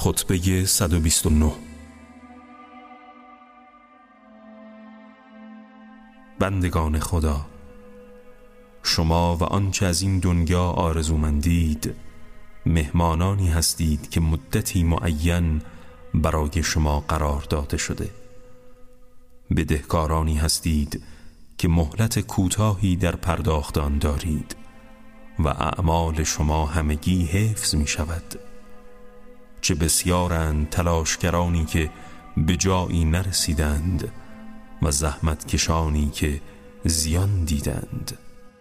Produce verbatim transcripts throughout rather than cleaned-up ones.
خطبه صد و بیست و نه. بندگان خدا، شما و آنچه از این دنیا آرزومندید مهمانانی هستید که مدتی معین برای شما قرار داده شده. بدهکارانی هستید که مهلت کوتاهی در پرداخت آن دارید و اعمال شما همگی حفظ می شود. چه بسیارند تلاشگرانی که به جایی نرسیدند و زحمت کشانی که زیان دیدند.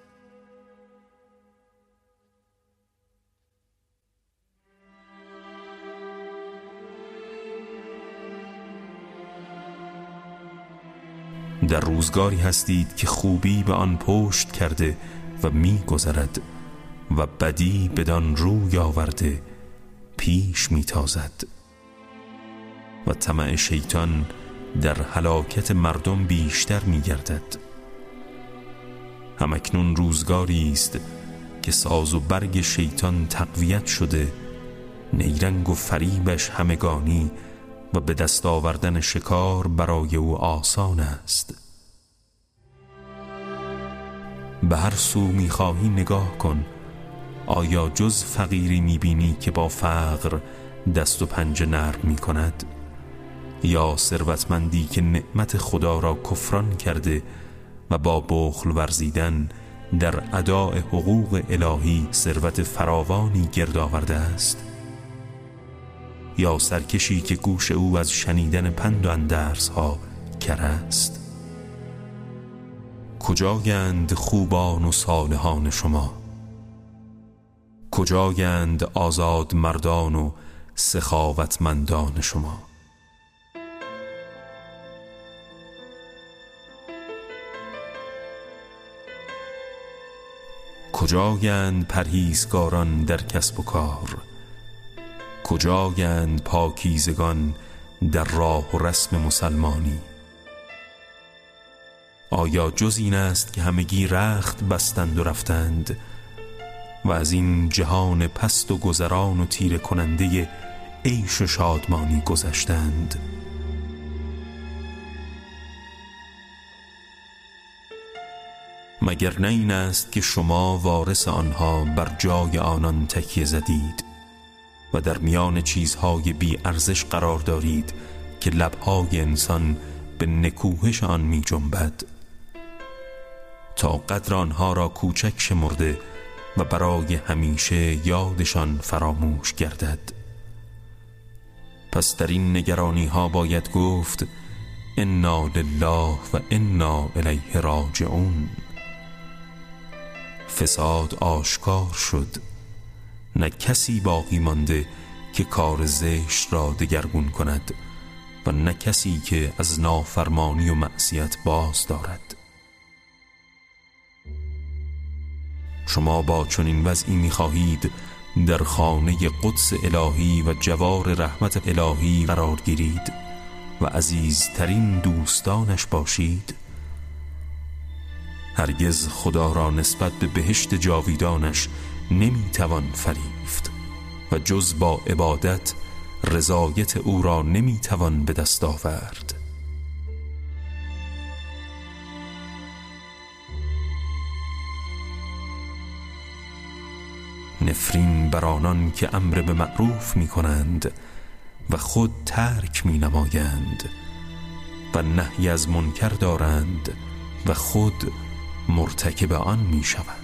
در روزگاری هستید که خوبی به آن پشت کرده و می گذرد و بدی بدان روی آورده پیش می تازد و طمع شیطان در هلاکت مردم بیشتر می گردد. همکنون روزگاری است که ساز و برگ شیطان تقویت شده، نیرنگ و فریبش همگانی و به دست آوردن شکار برای او آسان است. به هر سو می خواهی نگاه کن، آیا جز فقیری می بینی که با فقر دست و پنجه نرم می کند؟ یا ثروتمندی که نعمت خدا را کفران کرده و با بخل ورزیدن در اداء حقوق الهی ثروت فراوانی گرد آورده است؟ یا سرکشی که گوش او از شنیدن پند و اندرس ها کره است؟ کجایند خوبان و صالحان شما؟ کجایند آزاد مردان و سخاوتمندان شما؟ کجایند پرهیزگاران در کسب و کار؟ کجایند پاکیزگان در راه و رسم مسلمانی؟ آیا جز این است که همگی رخت بستند و رفتند و از این جهان پست و گذران و تیره کننده عیش و شادمانی گذشتند؟ مگر نه این است که شما وارث آنها بر جای آنان تکیه زدید و در میان چیزهای بی ارزش قرار دارید که لبهای انسان به نکوهش آن می جنبد، تا قدر آنها را کوچک شمرده و برای همیشه یادشان فراموش گردد. پس در این نگرانی ها باید گفت انا لله و انا الیه راجعون. فساد آشکار شد، نه کسی باقی مانده که کار زشت را دگرگون کند و نه کسی که از نافرمانی و معصیت باز دارد. شما با چنین وضعی می‌خواهید در خانه قدس الهی و جوار رحمت الهی قرار گیرید و عزیزترین دوستانش باشید؟ هرگز خدا را نسبت به بهشت جاویدانش نمیتوان فریفت و جز با عبادت رضایت او را نمیتوان به دست آورد. نفرین بر آنان که امر به معروف می کنند و خود ترک می نمایند و نهی از منکر دارند و خود مرتکب آن می شوند.